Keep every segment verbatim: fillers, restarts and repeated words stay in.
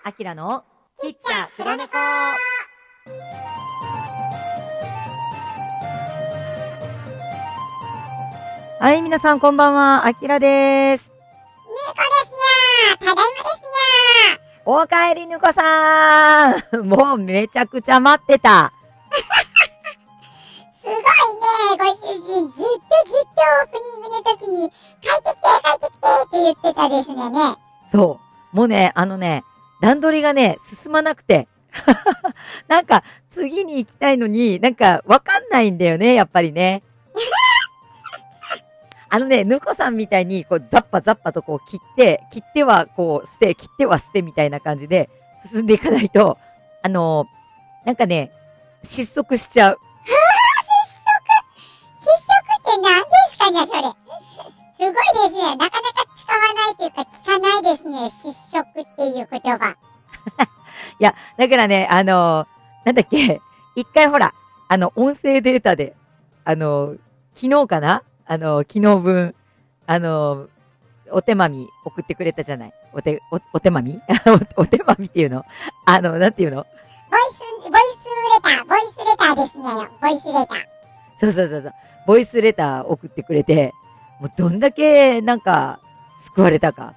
あきらのちっちゃ黒猫。はい、皆さんこんばんは、あきらです。 ぬこですにゃー。ただいまですにゃー。 おかえりぬこさん。もうめちゃくちゃ待ってた。 すごいね、ご主人。ずっとずっとオープニングの時に帰ってきて帰ってきてって言ってたですね。 そう。もうね、あのね、段取りがね、進まなくて。なんか、次に行きたいのに、なんか、わかんないんだよね、やっぱりね。あのね、ぬこさんみたいに、こう、ザッパザッパとこう切って、切ってはこう捨て、切っては捨てみたいな感じで進んでいかないと、あのー、なんかね、失速しちゃう。 失速失速って何ですかね、それ。すごいですね。なかなか使わないというか、聞かないですね。失速っていう言葉。 いや、だからね、あのー、なんだっけ、一回ほら、あの、音声データで、あのー、昨日かなあのー、昨日分、あのー、お手まみ送ってくれたじゃない。お手、お、お手まみお、お手まみっていうのあの、なんていうのボイス、ボイスレター、ボイスレターですね。ボイスレター。 そうそうそうそう。ボイスレター送ってくれて、もうどんだけ、なんか、救われたか。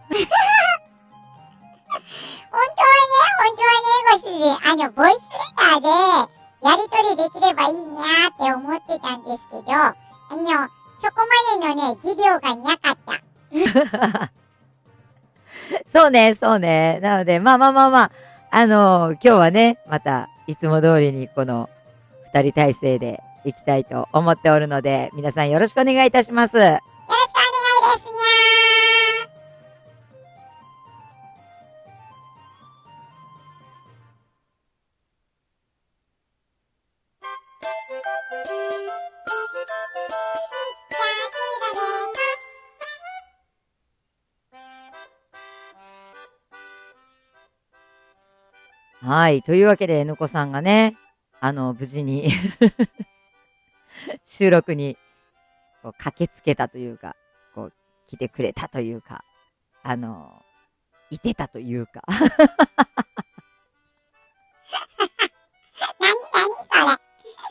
本当はね、本当はね、ご主人、あの、ボイスレターで、やりとりできればいいにゃーって思ってたんですけど、あの、そこまでのね、技量がにゃかった。 そうね、そうね。なので、まあまあまあまあ、あのー、今日はね、また、いつも通りにこの、二人体制で行きたいと思っておるので、皆さんよろしくお願いいたします。 よろしくお願いですにゃー。 はい。というわけで、ぬこさんがね、あの、無事に収録にこう駆けつけたというか、こう、来てくれたというか、あの、いてたというか。 なになにそれ。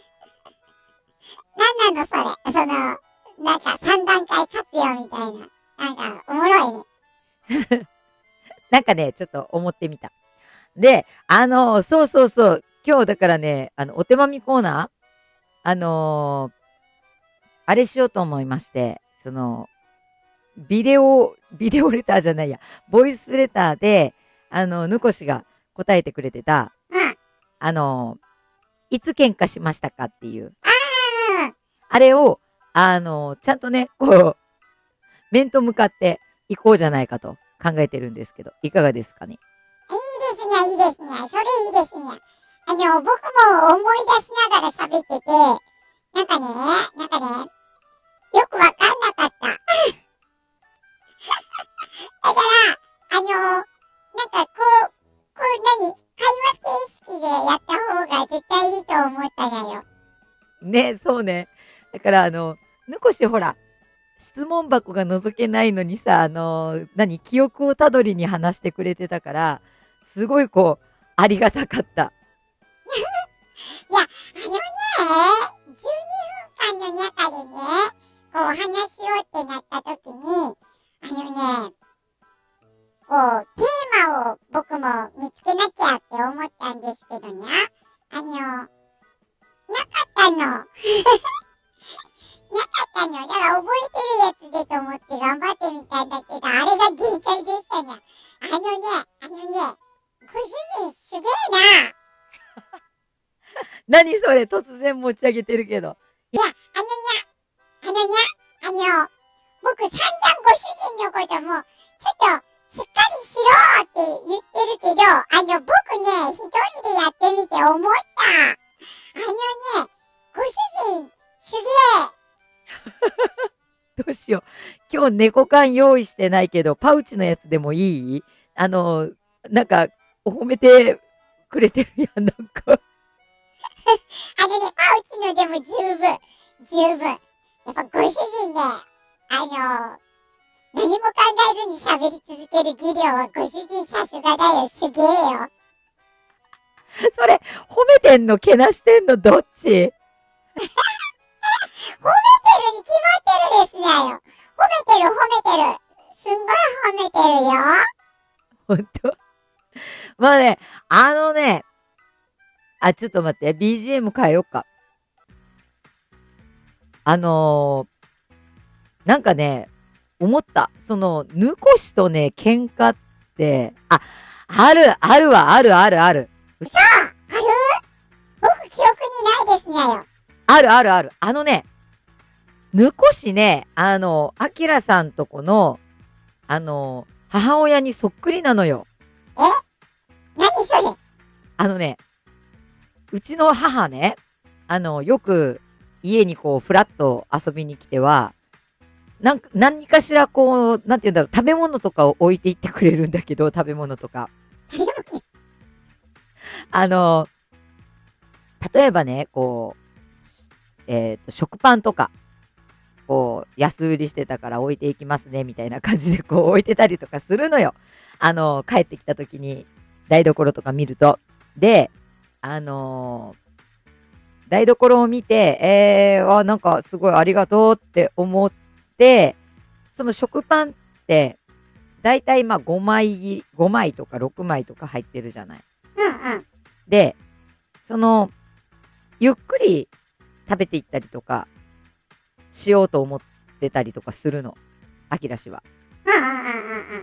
なんなのそれ。その、なんか三段階活用みたいな。なんか、おもろいね。 なんかね、ちょっと思ってみた。で、あのー、そうそうそう、今日だからね、あの、お手まみコーナーあのー、あれしようと思いまして、その、ビデオ、ビデオレターじゃないや、ボイスレターで、あの、ぬこしが答えてくれてた、 うん。 あのー、いつ喧嘩しましたかっていう、 あー。 あれを、あのー、ちゃんとね、こう、面と向かっていこうじゃないかと考えてるんですけど、いかがですかね。 いいですにゃ、いいですにゃ。それいいですにゃ。あの、僕も思い出しながら喋ってて、なんかね、なんかね、よくわかんなかった。だから、あの、なんかこう、こう何会話形式でやった方が絶対いいと思ったんやよ。 ね、そうね。だからあの、ぬこしほら、質問箱が覗けないのにさ、あの、何、記憶をたどりに話してくれてたから、すごいこう、ありがたかった。 いや、あのね、じゅうにふんかんの中でね、こう話しようってなった時に、あのね、こう、テーマを僕も見つけなきゃって思ったんですけどにゃ、あの、なかったの。なかったの。だから覚えてるやつでと思って頑張ってみたんだけど、あれが限界でしたにゃ。あのね、あのね、ご主人すげえな。 何それ、突然持ち上げてるけど。 いや、あのにゃ、あのにゃ、あの、僕散々ご主人のことも、ちょっと、しっかりしろって言ってるけど、あの、僕ね、一人でやってみて思った。あのね、ご主人、すげどうしよう。今日猫缶用意してないけど、パウチのやつでもいい？あの、なんか、褒めてくれてるやん、なんか。 あのね、パウチのでも十分、十分。やっぱご主人ね、あの、 何も考えずに喋り続ける技量はご主人さすがだよ、すげえよ。 それ、褒めてんのけなしてんのどっち？褒めてるに決まってるですなよ。褒めてる褒めてる。すんごい褒めてるよ。 ほんと？まあね、あのね、あ、ちょっと待って、ビージーエム 変えようか。あのー、なんかね、思った。その、ぬこしとね、喧嘩って、あ、ある、あるわ、ある、ある、ある。 さあ、ある？僕記憶にないですにゃよ。 ある、ある、ある。あのね、ぬこしね、あの、あきらさんとこの、あの、母親にそっくりなのよ。 え？何それ？ あのね、うちの母ね、あの、よく家にこう、ふらっと遊びに来ては、なんか、何かしらこう、なんて言うんだろう、食べ物とかを置いていってくれるんだけど、食べ物とか。あの、例えばね、こう、えっと、食パンとか、こう、安売りしてたから置いていきますね、みたいな感じでこう置いてたりとかするのよ。あの、帰ってきた時に、台所とか見ると。で、あのー台所を見て、えー、あ、なんかすごいありがとうって思って、その食パンって、だいたいまあごまい、ごまいとかろくまいとか入ってるじゃない。 うんうん。 で、その、ゆっくり食べていったりとか、しようと思ってたりとかするの。あきら氏は。 うんうんうんうんうん。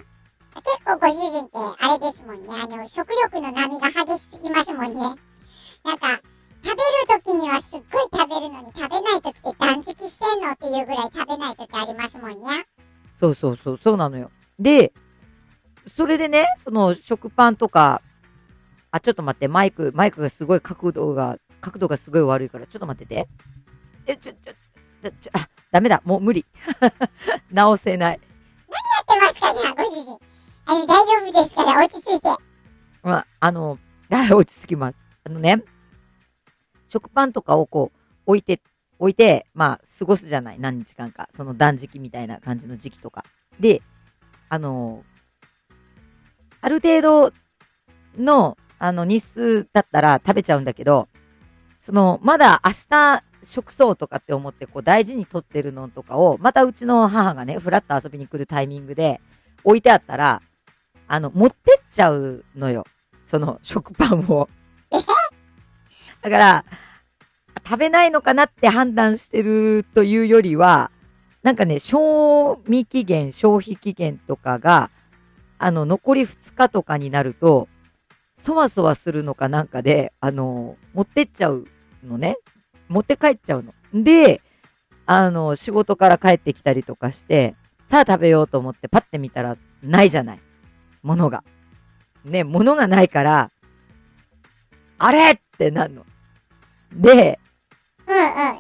結構ご主人ってあれですもんね。あの、食欲の波が激しすぎますもんね。なんか、食べるときにはすっごい食べるのに食べないときって断食してんのっていうぐらい食べないときありますもんね。 そうそうそう、そうなのよ。で、それでね、その食パンとか、あ、ちょっと待って、マイク、マイクがすごい角度が、角度がすごい悪いから、ちょっと待ってて。え、ちょ、ちょ、ちょ、ちょ、あ、ダメだ、もう無理。直せない。 何やってますかね、ご主人。あの、大丈夫ですから、落ち着いて。 まあ、あの、落ち着きます。あのね、食パンとかをこう、置いて、置いて、まあ、過ごすじゃない、何日間か。その断食みたいな感じの時期とか。で、あの、ある程度の、あの、日数だったら食べちゃうんだけど、その、まだ明日食そうとかって思って、こう、大事に取ってるのとかを、またうちの母がね、ふらっと遊びに来るタイミングで置いてあったら、あの、持ってっちゃうのよ。その、食パンを。だから、食べないのかなって判断してるというよりは、なんかね、賞味期限、消費期限とかが、あの、残りふつかとかになると、そわそわするのかなんかで、あの、持ってっちゃうのね。持って帰っちゃうの。で、あの、仕事から帰ってきたりとかして、さあ食べようと思ってパッて見たら、ないじゃない。物が。ね、物がないから、あれってなるの。で、 うんうん。それ、え、そのね、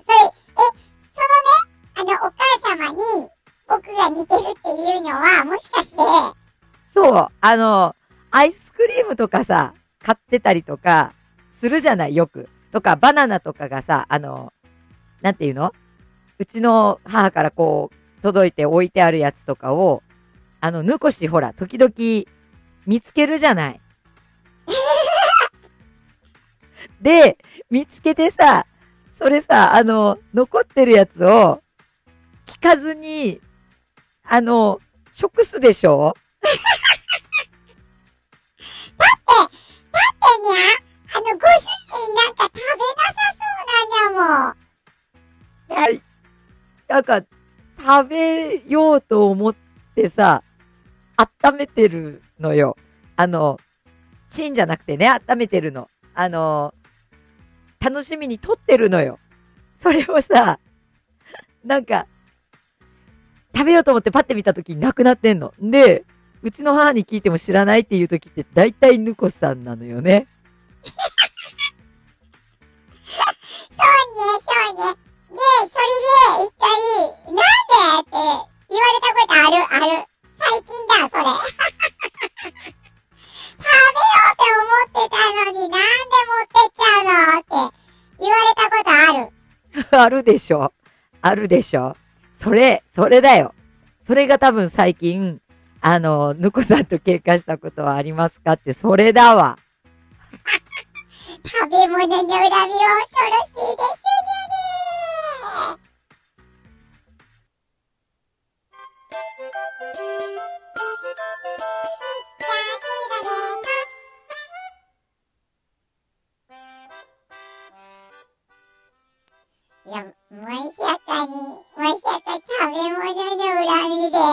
あの、お母様に僕が似てるっていうのは、もしかして、 そう、あの、アイスクリームとかさ、買ってたりとか、するじゃない、よく。とか、バナナとかがさ、あの、なんていうの？うちの母からこう、届いて置いてあるやつとかを、あの、ぬこし、ほら、時々見つけるじゃない。で、見つけてさ、それさ、あの、残ってるやつを、聞かずに、あの、食すでしょ？ だって、だってにゃ、あの、ご主人なんか食べなさそうなんだもん。 はい。なんか、食べようと思ってさ、温めてるのよ。あの、チンじゃなくてね、温めてるの。あの、楽しみに撮ってるのよ。それをさ、なんか、食べようと思ってパッて見た時になくなってんの。で、うちの母に聞いても知らないっていう時って大体ぬこさんなのよね。 そうね、そうね。で、それで、一回、なんでって言われたことある、ある。最近だ、それ。食べようって思ってたのになんで持ってっちゃうのって言われたことある。 あるでしょ。あるでしょ。それ、それだよ。 それが多分最近、あの、ぬこさんと喧嘩したことはありますかって、それだわ。 食べ物の恨みは恐ろしいですよね。いや、もしやかに、もしやか食べ物の恨みで、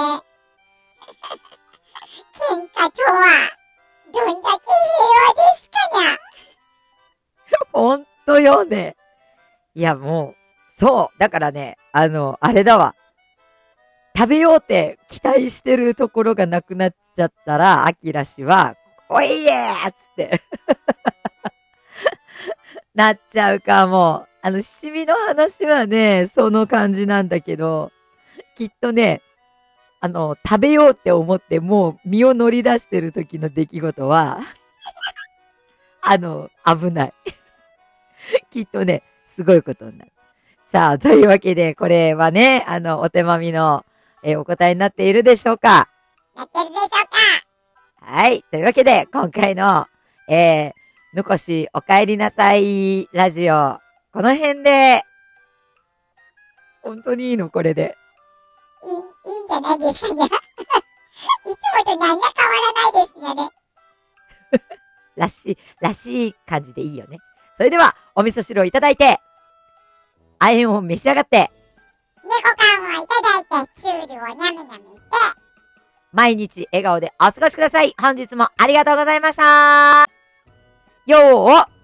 喧嘩とは、どんだけ平和ですかにゃ。 ほんとよね。いや、もう、そう。だからね、あの、あれだわ。食べようって期待してるところがなくなっちゃったら、アキラ氏は、おいえーっつって、なっちゃうかも。あの、七味の話はね、その感じなんだけど、きっとね、あの、食べようって思って、もう身を乗り出してる時の出来事は、あの、危ない。きっとね、すごいことになる。さあ、というわけで、これはね、あの、お手まみの、えーお答えになっているでしょうか？ なってるでしょうか？ はい。というわけで、今回の、えー、ぬこしお帰りなさいラジオ、この辺で、本当にいいのこれで。 いい、いいんじゃないですかにゃ。いつもと何ら変わらないですよね。 らしい、らしい感じでいいよね。それでは、お味噌汁をいただいて、亜鉛を召し上がって、 猫缶をいただいて、チュールをニャミニャミして、 毎日笑顔でお過ごしください。本日もありがとうございました。よー